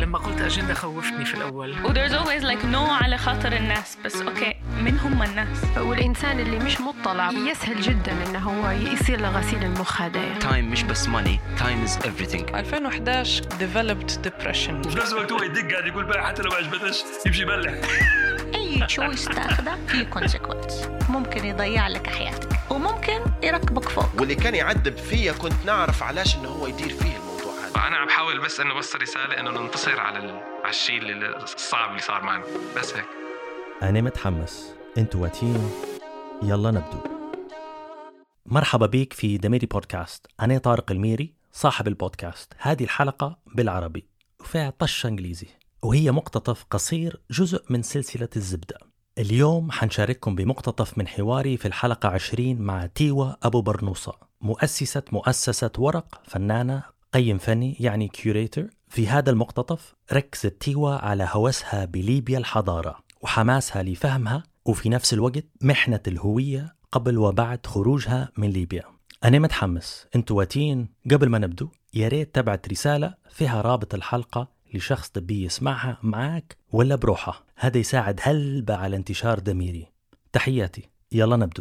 لما قلت أجندة خوفتني في الأول. و there's always like no على خاطر الناس، بس أوكي من هم الناس؟ والإنسان اللي مش مطلع يسهل جدا إنه هو يصير لغسيل المخ هذا يعني. time مش بس money, time is everything. 2011 developed depression. وفي نفس الوقت هو يدق قاعد يقول بقى حتى لو ما عجبتش يمشي يبلح. أي تشويس تاخده فيه consequence، ممكن يضيع لك حياتك وممكن يركبك فوق. واللي كان يعذب فيا كنت نعرف علاش إنه هو يدير فيه الموضوع هذا. أنا عم بحاول بس إنه بس رسالة إنه ننتصر على الشيء الصعب اللي صار معنا، بس هيك. أنا متحمس، أنتوا واتين، يلا نبدو. مرحبا بيك في دميري بودكاست. أنا طارق الميري صاحب البودكاست. هذه الحلقة بالعربي وفيها طش إنجليزي، وهي مقتطف قصير جزء من سلسلة الزبدة. اليوم حنشارككم بمقتطف من حواري في الحلقة 20 مع تيوة أبو برنوصة، مؤسسة ورق، فنانة قيم فني يعني كيوريتر. في هذا المقتطف ركزت تيوة على هوسها بليبيا الحضارة وحماسها لفهمها، وفي نفس الوقت محنة الهوية قبل وبعد خروجها من ليبيا. أنا متحمس، أنتوا واتين. قبل ما نبدو يا ريت تبعت رسالة فيها رابط الحلقة لشخص تبي يسمعها معك ولا بروحه، هذا يساعد هلبة على انتشار دميري. تحياتي، يلا نبدو.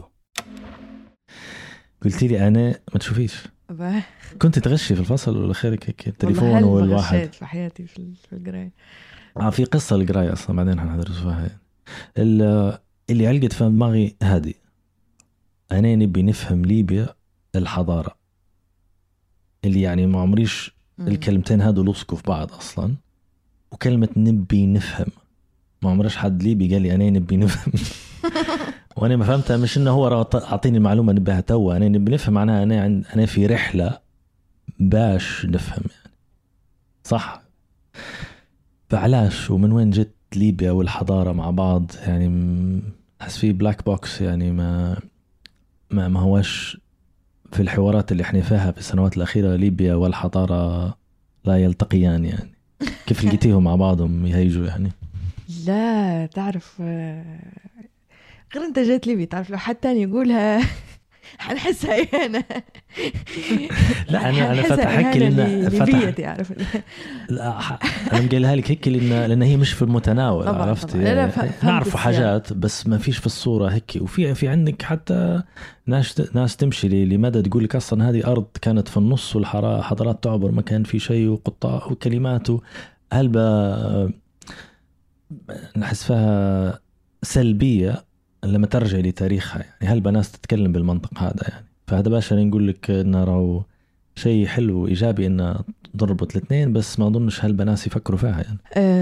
قلتي لي أنا ما تشوفيش، كنت تغشي في الفصل ولا خيرك هيك التليفون والواحد؟ غشيت في حياتي في القراية. في قصة القراية أصلا بعدين هندرسوها. اللي علقت في دماغي هذه، أنا نبي نفهم ليبيا الحضارة، اللي يعني ما عمريش الكلمتين هادو لصقوا في بعض أصلا. وكلمة نبي نفهم، ما عمرش حد ليبي قال لي أنا نبي نفهم. وأنا ما فهمتها، مش إنه هو أعطيني معلومة نبيها توا. أنا نبي نفهم معناها أنا في رحلة باش نفهم يعني، صح؟ فعلاش ومن وين جت ليبيا والحضارة مع بعض يعني؟ حس في بلاك بوكس يعني، ما هوش في الحوارات اللي احنا فيها في السنوات الأخيرة. ليبيا والحضارة لا يلتقيان يعني. كيف لقيتيهم مع بعضهم يهيجوا يعني؟ لا تعرف، غير انت جيت ليبيا، تعرف لو حد تاني يقولها حنحسها أنا. لا أنا فتحكي لأن ليبيا تعرف. لا أنا مقالها لك هيك لأن هي مش في المتناول، عرفت؟ نعرف حاجات بس ما فيش في الصورة هيك. وفي عندك حتى ناس تمشي لمدى تقول لك أصلا هذه أرض كانت في النص والحضارات تعبر، ما كان في شيء وقطاع وكلماته. هل نحس فيها سلبية لما ترجع لتاريخها يعني؟ هل ناس تتكلم بالمنطق هذا يعني؟ فهذا باشا نقول لك إنه راو شيء حلو وإيجابي إنه ضربت الاثنين، بس ما أظنش هل ناس يفكروا فيها يعني.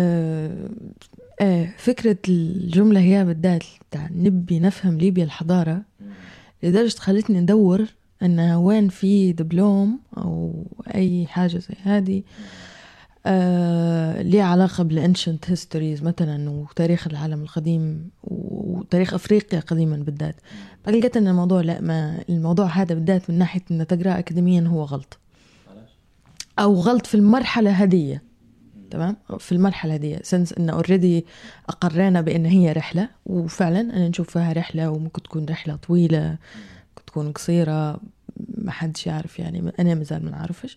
فكرة الجملة هي بالذات بتاع نبي نفهم ليبيا الحضارة، لدرجة خلتني ندور أنها وين في دبلوم أو أي حاجة زي هذه ليه علاقة بالانشنت هيستوريز مثلا، وتاريخ العالم القديم وتاريخ أفريقيا قديما بالذات. فلقيت أن الموضوع لا، ما الموضوع هذا بالذات من ناحية أن تقرأ أكاديميا هو غلط، أو غلط في المرحلة هذه. تمام، في المرحلة هذه سنس أن أوريدي أقرنا بأن هي رحلة، وفعلا أنا نشوف فيها رحلة، وممكن تكون رحلة طويلة، ممكن تكون قصيرة، ما حدش يعرف يعني. أنا مازال ما نعرفش.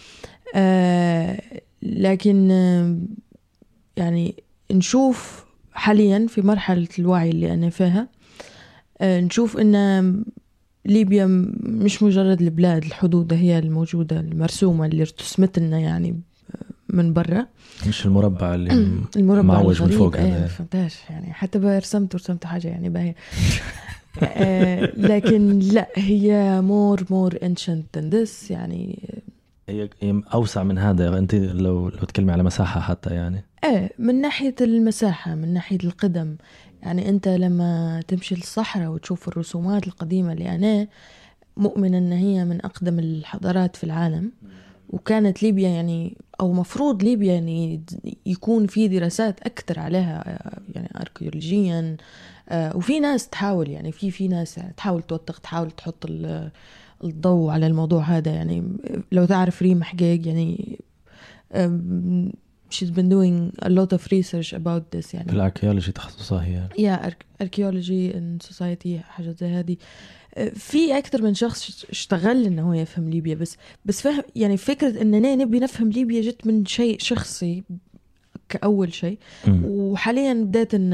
لكن يعني نشوف حاليا في مرحلة الوعي اللي أنا فيها، نشوف أن ليبيا مش مجرد البلاد، الحدود هي الموجودة المرسومة اللي ارتسمت لنا يعني من برا، مش المربع اللي معوج من فوق. ما فهمتاش يعني، حتى رسمت حاجة يعني باهي. لكن لا، هي more ancient than this يعني. هي أوسع من هذا. أنت لو تكلمي على مساحة حتى يعني، من ناحية المساحة، من ناحية القدم يعني. أنت لما تمشي للصحراء وتشوف الرسومات القديمة اللي أنا مؤمنة أن هي من أقدم الحضارات في العالم، وكانت ليبيا يعني، أو مفروض ليبيا يعني يكون في دراسات أكثر عليها يعني أركيولوجيا. وفي ناس تحاول يعني، في ناس تحاول توثق، تحاول تحط الضوء على الموضوع هذا يعني. لو تعرف ريم حقيق يعني، she's been doing a lot of research about this يعني. في الاركيولوجي تخصصها هي archaeology and society، حاجة زي هذه. في أكثر من شخص اشتغل إنه هو يفهم ليبيا، بس فهم يعني. فكرة إننا نبي نفهم ليبيا جت من شيء شخصي كأول شيء. وحاليا بدأت إن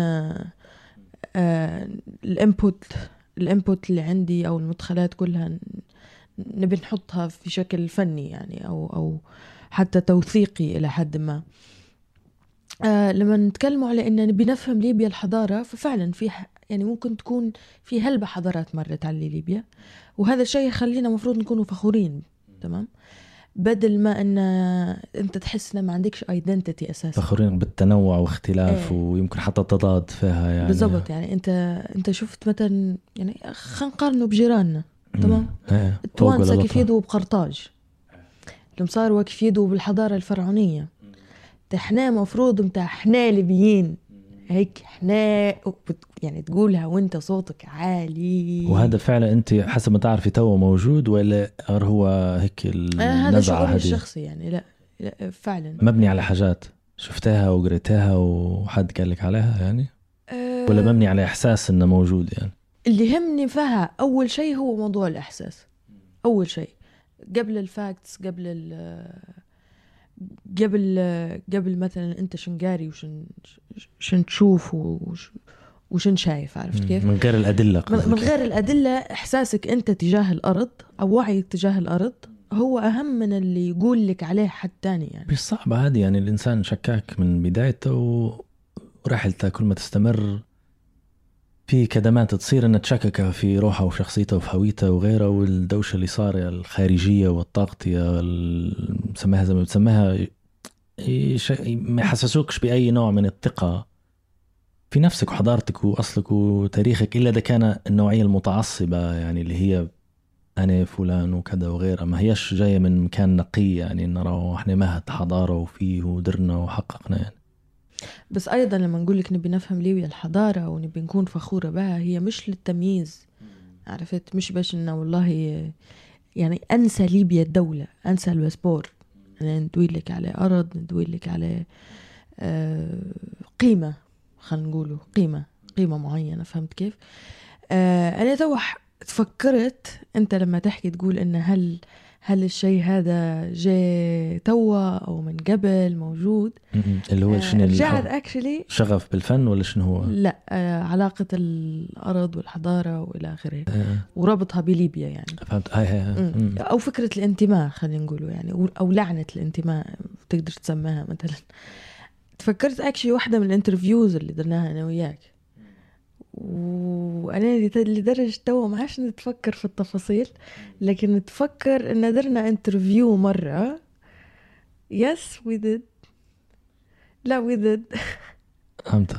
الانبوت اللي عندي أو المدخلات كلها نبي نحطها في شكل فني يعني أو حتى توثيقي إلى حد ما. لما نتكلموا على إن نبي نفهم ليبيا الحضارة، ففعلا في يعني ممكن تكون في هلبة حضارات مرت على ليبيا، وهذا الشيء يخلينا مفروض نكونوا فخورين. تمام، بدل ما ان انت تحس ان ما عندكش ايدنتيتي اساسا، فخورين بالتنوع واختلاف ويمكن حتى تضاد فيها يعني. بالضبط، يعني انت شفت مثلا يعني خلينا نقارنه بجيراننا. تمام، التوانسه كيف يدوا بقرطاج، المصاروا كيف يدوا بالحضاره الفرعونيه. احنا مفروض احنا ليبيين هيك، احنا يعني تقولها وانت صوتك عالي. وهذا فعلا انت حسب ما تعرفي تو موجود ولا هو هيك النزعه هذا شعوري الشخصي يعني؟ لا فعلا مبني على حاجات شفتها وقريتها وحد قال لك عليها يعني، ولا مبني على احساس انه موجود يعني؟ اللي يهمني فيها اول شيء هو موضوع الاحساس. اول شيء قبل الفاكتس، قبل مثلا انت شنقاري وشن تشوف وشن شايف، عرفت كيف؟ من غير الأدلة. من غير الأدلة، إحساسك أنت تجاه الأرض أو وعيك تجاه الأرض هو أهم من اللي يقول لك عليه حد تاني يعني. مش صعبة هذه يعني، الإنسان شكاك من بدايته ورحلته كل ما تستمر في كدمات تصير أن تشكك في روحه وشخصيته وفي هويته وغيره، والدوشة اللي صار الخارجية والطاقتية مسميها زي ما بتسميها ما يحسسوكش بأي نوع من الثقة في نفسك وحضارتك وأصلك وتاريخك، إلا إذا كان النوعية المتعصبة يعني اللي هي أنا فلان وكذا وغيره، ما هيش جاية من مكان نقي يعني نرى إحنا مهد حضارة وفيه ودرنا وحققنا يعني. بس أيضا لما نقول لك نبي نفهم ليبيا الحضارة ونبي نكون فخورة بها، هي مش للتمييز، عرفت؟ مش باش إنه والله يعني أنسى ليبيا الدولة، أنسى الباسبور. أنا ندوي لك على أرض، ندوي لك على قيمة، خلينا نقوله قيمة معينة. فهمت كيف؟ أنا تفكرت أنت لما تحكي تقول إن هل الشيء هذا جاء توا أو من قبل موجود؟ اللي هو شنو رجعت أكشلي شغف بالفن ولا شنو هو؟ لا، علاقة الأرض والحضارة وإلى آخره، وربطها بليبيا يعني. فهمت. أو فكرة الانتماء خلينا نقوله يعني، أو لعنة الانتماء تقدر تسميها مثلا. تفكرت أكشلي واحدة من الانترفيوز اللي درناها أنا وياك، وأنا لدرجة توا ما عادش نتفكر في التفاصيل، لكن نتفكر إن درنا انترفيو مرة. yes we did. لا we did. أمتى؟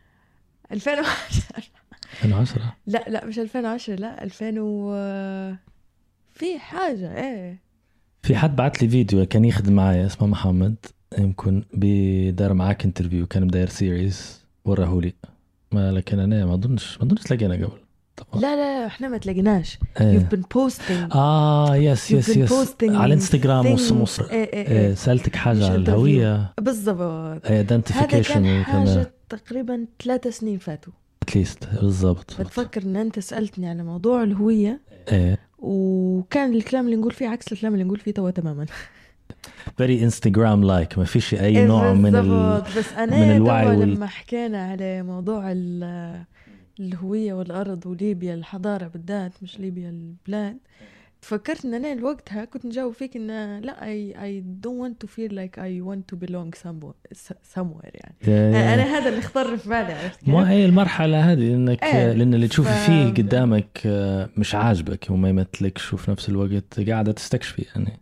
2010. لا مش 2010، لا 2000 في حاجة في حد بعت لي فيديو كان يخدم معايا اسمه محمد، يمكن بدار معاك انترفيو، كان بداير سيريز ورهولي، ما لكن أنا ما أظنش تلاقينا قبل. لا احنا ما تلاقيناش. you've been posting yes على انستغرام وصمصر. سألتك حاجة على الهوية بالضبط، identification. هذا كان حاجة تقريبا 3 سنين فاتوا اتليست. بالضبط. بتفكر ان انت سألتني على موضوع الهوية وكان الكلام اللي نقول فيه عكس الكلام اللي نقول فيه توا تماما. very Instagram like، ما فيش أي نوع من بس أنا الوعي لما حكينا على موضوع الهوية والأرض وليبيا الحضارة بالذات، مش ليبيا البلاد، تفكرت ان انا الوقتها كنت نجاوب فيك ان لا I don't want to feel like I want to belong somewhere يعني. انا هذا اللي اختار في بالي، عرفت كيف؟ ما هي المرحله هذه انك لان اللي تشوفي فيه قدامك مش عاجبك وما يمثلكش، وفي نفس الوقت قاعده تستكشفي يعني.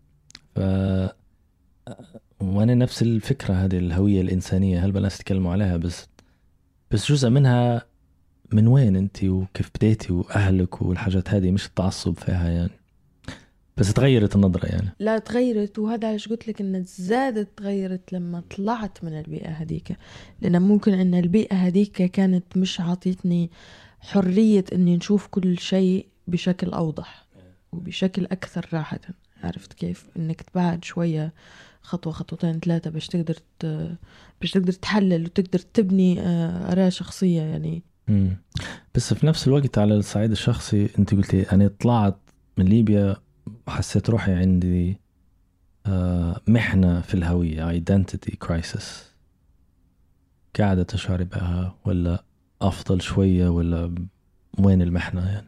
وانا نفس الفكره هذه الهويه الانسانيه هل بناس تكلموا عليها، بس جزء منها من وين انت وكيف بديتي واهلك والحاجات هذه، مش التعصب فيها يعني، بس تغيرت النظرة يعني. لا تغيرت، وهذا علاش قلت لك ان زادت تغيرت لما طلعت من البيئة هذيك، لأن ممكن ان البيئة هذيك كانت مش عطيتني حرية اني نشوف كل شيء بشكل اوضح وبشكل اكثر راحة، عرفت كيف؟ انك تبعد شوية خطوة خطوتين 3 باش تقدر تحلل وتقدر تبني آراء شخصية يعني. بس في نفس الوقت على الصعيد الشخصي انت قلتي انا طلعت من ليبيا وحسيت روحي عندي محنة في الهوية، identity crisis. قاعدة تشعري بها ولا أفضل شوية ولا وين المحنة يعني؟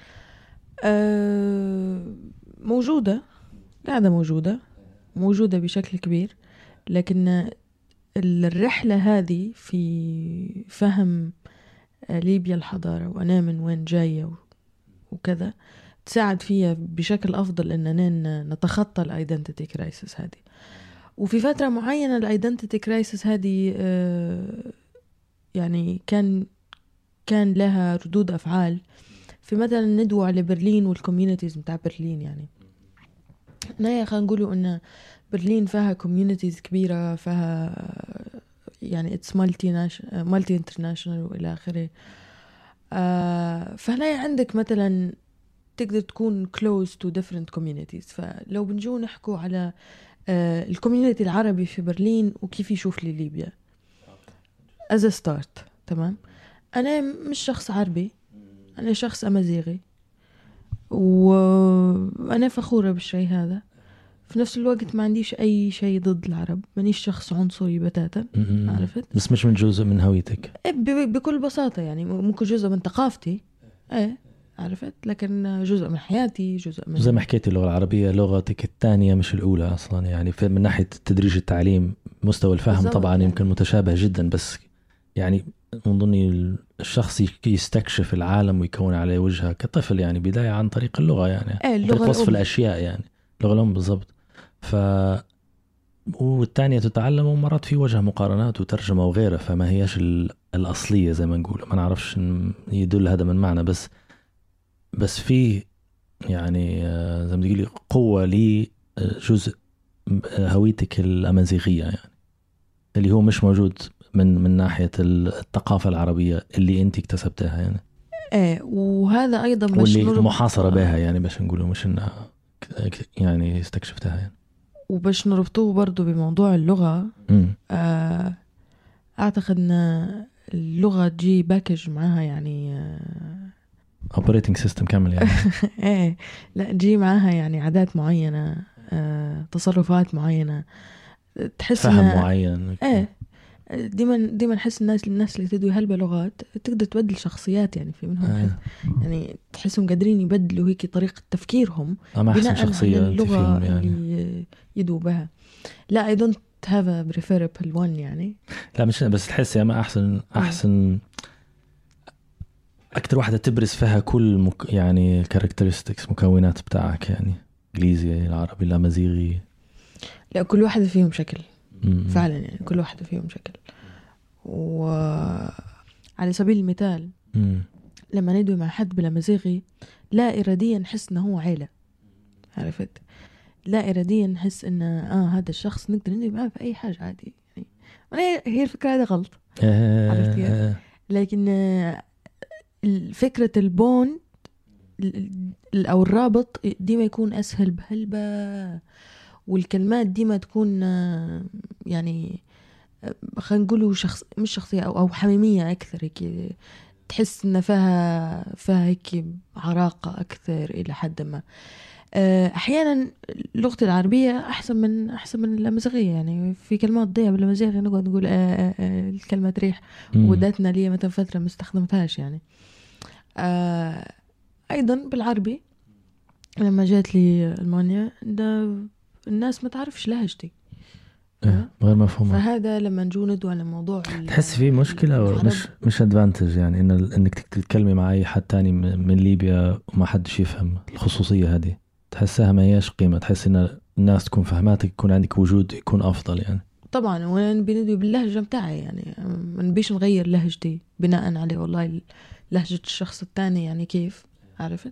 موجودة، قاعدة موجودة بشكل كبير، لكن الرحلة هذه في فهم ليبيا الحضارة وأنا من وين جاية وكذا تساعد فيها بشكل أفضل أننا نتخطى الأيدنتيتي كرايسيس هذه. وفي فترة معينة الأيدنتيتي كرايسيس هذه يعني كان لها ردود أفعال في مثلا ندوة على برلين والكوميونيتيز متاع برلين. يعني نايا خلينا نقولوا أن برلين فيها كوميونيتيز كبيرة، فيها يعني it's multi international وإلى آخره. فهنا عندك مثلا تقدر تكون close to different communities. فلو بنجو نحكوا على الكوميونيتي العربي في برلين وكيف يشوف لي ليبيا as a start، تمام. أنا مش شخص عربي، أنا شخص أمازيغي، وأنا فخورة بالشيء هذا. في نفس الوقت ما عنديش أي شيء ضد العرب، مانيش شخص عنصري بتاتا، عرفت؟ بس مش من جزء من هويتك بكل بساطة. يعني ممكن جزء من ثقافتي، عرفت، لكن جزء من حياتي، جزء من زي ما حكيتي اللغة العربية لغتك الثانية مش الأولى أصلا. يعني من ناحية تدريج التعليم مستوى الفهم طبعا يعني يمكن متشابه جدا، بس يعني من ضمن الشخص يستكشف العالم ويكون عليه وجهه كطفل، يعني بداية عن طريق اللغة، يعني طريق وصف الأشياء، يعني اللغة الأم بالضبط. والثانية تتعلم ومرات في وجه مقارنات وترجمة وغيره، فما هيش الأصلية زي ما نقول. ما نعرفش يدل هذا من معنى، بس في يعني زي ما تقولي قوة لي جزء هويتك الأمازيغية، يعني اللي هو مش موجود من ناحية الثقافة العربية اللي انت اكتسبتها يعني. وهذا أيضا واللي محاصرة بها، يعني باش نقوله مش انها يعني استكشفتها يعني. وباش نربطوه برضو بموضوع اللغة، أعتقد أن اللغة تجي باكج معها، يعني operating system كامل يعني. لا تجي معها يعني عادات معينة، تصرفات معينة، تحس فهم معين. ديما نحس الناس اللي تدوي هلبة لغات تقدر تبدل شخصيات، يعني في منهم يعني تحسهم قادرين يبدلوا هيك طريقة تفكيرهم بناء على اللغة يعني. اللي يدوا بها. لا I don't have a preferable one يعني. لا مش بس تحس يا ما أحسن أكتر واحدة تبرز فيها كل يعني characteristics مكونات بتاعك، يعني إنجليزي، العربي، الأمازيغي. لا كل واحدة فيهم شكل فعلا، يعني كل واحدة فيهم شكل. وعلى سبيل المثال لما ندوي مع حد بالأمازيغي لا إراديا نحس إنه هو عيلة، عرفت؟ لا إراديا نحس إن هذا الشخص نقدر ندوي معه في أي حاجة عادي يعني. هي الفكرة هذا غلط، عرفتي؟ لكن فكرة البون أو الرابط ديما يكون أسهل بهلبة، والكلمات ديما تكون يعني خلينا نقوله مش شخصية أو حميمية أكثر، هيك تحس إن فيها هيك عراقة أكثر إلى حد ما. أحيانا اللغة العربية أحسن من الأمازيغية، يعني في كلمات ضيعة بالأمازيغية نقعد نقول الكلمة ريح، وداتنا لي مثلا فترة ما استخدمتهاش يعني. أيضا بالعربي لما جات لي ألمانيا الناس ما تعرفش لهجتي، غير مفهومة. فهذا لما نجو ندو على موضوع تحس فيه مشكلة مش أدفانتج، يعني إنك تتكلمي مع أي حد تاني من ليبيا وما حدش يفهم الخصوصية هذه، تحسها ما هيش قيمة. تحس إن الناس تكون فهماتك، يكون عندك وجود يكون أفضل يعني. طبعا وانا بندوي باللهجة متاعي، يعني ما نبيش نغير لهجتي بناء عليه والله لهجة الشخص الثاني يعني كيف، عرفت؟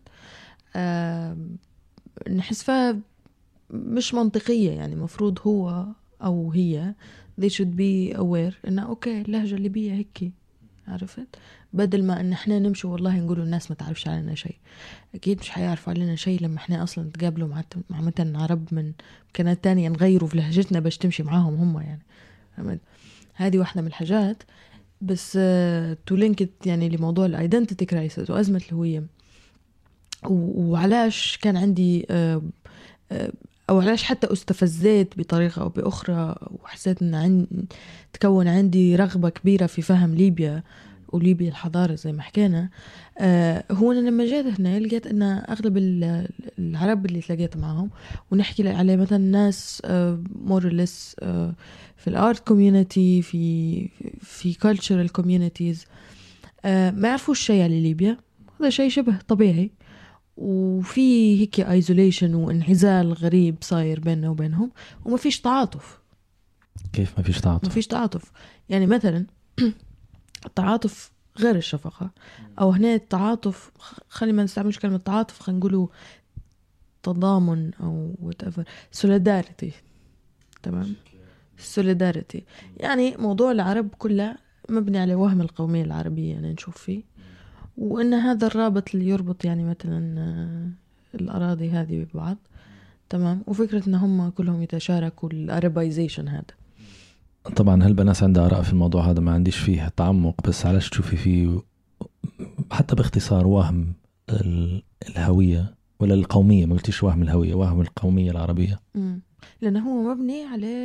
نحس فيها مش منطقية، يعني مفروض هو أو هي they should be aware إنه أوكي اللهجة الليبية هيك، عرفت؟ بدل ما إن إحنا نمشي والله نقولوا الناس ما تعرفش علينا شيء. أكيد مش حيعرفوا علينا شيء لما إحنا أصلا نتقابلوا مع مثلا عرب من مكانات تانية نغيروا في لهجتنا باش تمشي معاهم هم يعني. هذه واحدة من الحاجات. بس تو لينكت يعني لموضوع الايدنتيتي كرايسيس وأزمة الهوية، وعلاش كان عندي أو علاش حتى استفزيت بطريقة أو بأخرى وحسيت أن تكون عندي رغبة كبيرة في فهم ليبيا وليبيا الحضارة زي ما حكينا. هو أنا لما جيت هنا لقيت أن أغلب العرب اللي تلاقيت معهم ونحكي عليه مثلا ناس more or less في الارت كوميونيتي في cultural communities ما يعرفوش شيء على ليبيا. هذا شيء شبه طبيعي، وفي هيك isolation وانعزال غريب صاير بيننا وبينهم، وما فيش تعاطف. كيف ما فيش تعاطف؟ ما فيش تعاطف يعني مثلا التعاطف غير الشفقة، أو هنا التعاطف خلي ما نستعملش كلمة تعاطف، خلينا نقوله تضامن أو whatever solidarity. تمام، solidarity يعني موضوع العرب كله مبني على وهم القومية العربية يعني نشوف فيه، وإن هذا الرابط اللي يربط يعني مثلا الأراضي هذه ببعض. تمام، وفكرة إن هم كلهم يتشاركوا العربيزيشن هذا. طبعا هل بناس عندها آراء في الموضوع هذا، ما عنديش فيه تعمق، بس علاش تشوفي فيه حتى باختصار وهم الهوية ولا القومية؟ ما قلتيش وهم الهوية، وهم القومية العربية. لأنه هو مبني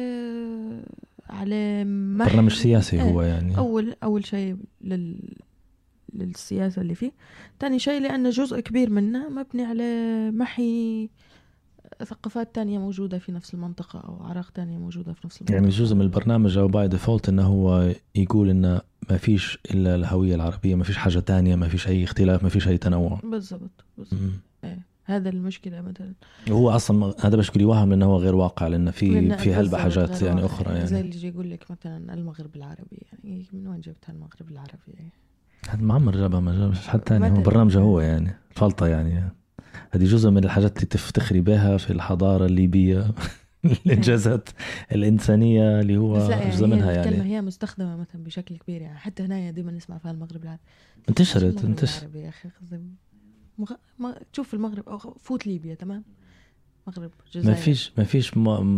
على برنامج سياسي. هو يعني أول شيء للسياسة اللي فيه. تاني شيء لأن جزء كبير منه مبني على محي ثقافات تانية موجودة في نفس المنطقة أو أعراق تانية موجودة في نفس المنطقة. يعني جزء من البرنامج أو باي ديفولت إنه هو يقول إنه ما فيش إلا الهوية العربية، ما فيش حاجة تانية، ما فيش أي اختلاف، ما فيش أي تنوع. بالضبط. هذا المشكلة مثلا. هو أصلا هذا بشكل يوهم إنه هو غير واقع، لأن في هلبة حاجات يعني أخرى يعني. زي اللي يجي يقول لك مثلا المغرب العربي، يعني من وين جبتها المغرب العربي؟ يعني هذا معمر جابها، ما جابش حد تاني، هو برنامجه هو يعني فلطة يعني. هذه جزء من الحاجات اللي تفتخري بها في الحضارة الليبية الإنجازات الإنسانية اللي هو جزء منها يعني. الكلمة هي مستخدمة مثلا بشكل كبير يعني، حتى هنا دائما نسمع فيها المغرب العربي. انتشرت يا أخي تشوف المغرب أو فوت ليبيا. تمام، مغرب جزائر ما فيش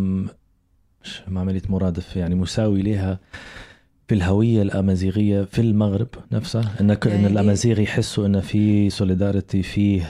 عملية مرادف يعني مساوي لها في الهوية الأمازيغية في المغرب نفسها، إن الأمازيغ يحسوا إن في سوليداريتي، فيه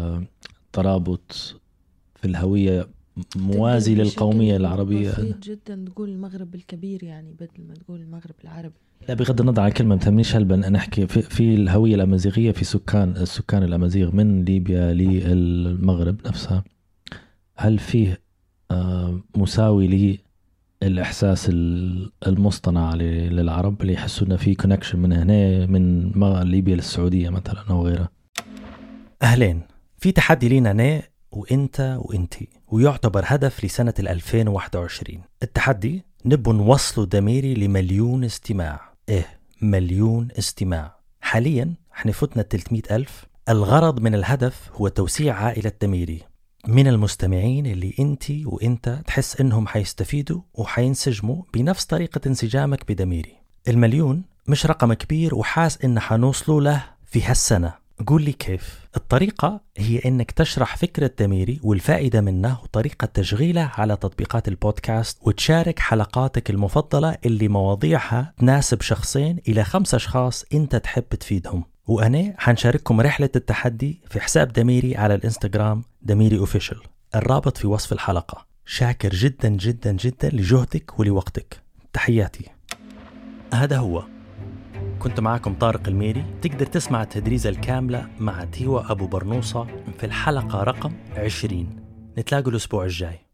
ترابط في الهوية موازي للقومية العربية. بسيط جدا تقول المغرب الكبير يعني بدل ما تقول المغرب العربي. لا، بغض النظر عن كلمة متهمنيش هلبا نحكي في الهوية الأمازيغية، في السكان الأمازيغ من ليبيا للمغرب نفسها. هل فيه مساوي لي الإحساس المصطنع للعرب اللي يحسوا إنه في كونكشن من هنا من ليبيا للسعودية مثلا أو غيرها؟ أهلين، في تحدي لينا أنا وإنت وإنتي، ويعتبر هدف لسنة 2021. التحدي نبو نوصلوا دميري ل1,000,000 استماع. 1,000,000 استماع. حاليا احنا فتنا 300,000. الغرض من الهدف هو توسيع عائلة دميري من المستمعين اللي انتي وانت تحس انهم حيستفيدوا وحينسجموا بنفس طريقة انسجامك بدميري. 1,000,000 مش رقم كبير وحاس ان حنوصلوا له في هالسنة. قول لي كيف؟ الطريقة هي انك تشرح فكرة دميري والفائدة منه وطريقة تشغيله على تطبيقات البودكاست، وتشارك حلقاتك المفضلة اللي مواضيعها تناسب 2 إلى 5 أشخاص انت تحب تفيدهم. وأنا حنشارككم رحلة التحدي في حساب دميري على الانستغرام دميري أوفيشل، الرابط في وصف الحلقة. شاكر جدا جدا جدا لجهدك ولوقتك. تحياتي. هذا هو، كنت معكم طارق الميري. تقدر تسمع التدريزة الكاملة مع تيوا أبو برنوصة في الحلقة رقم 20. نتلاقوا الأسبوع الجاي.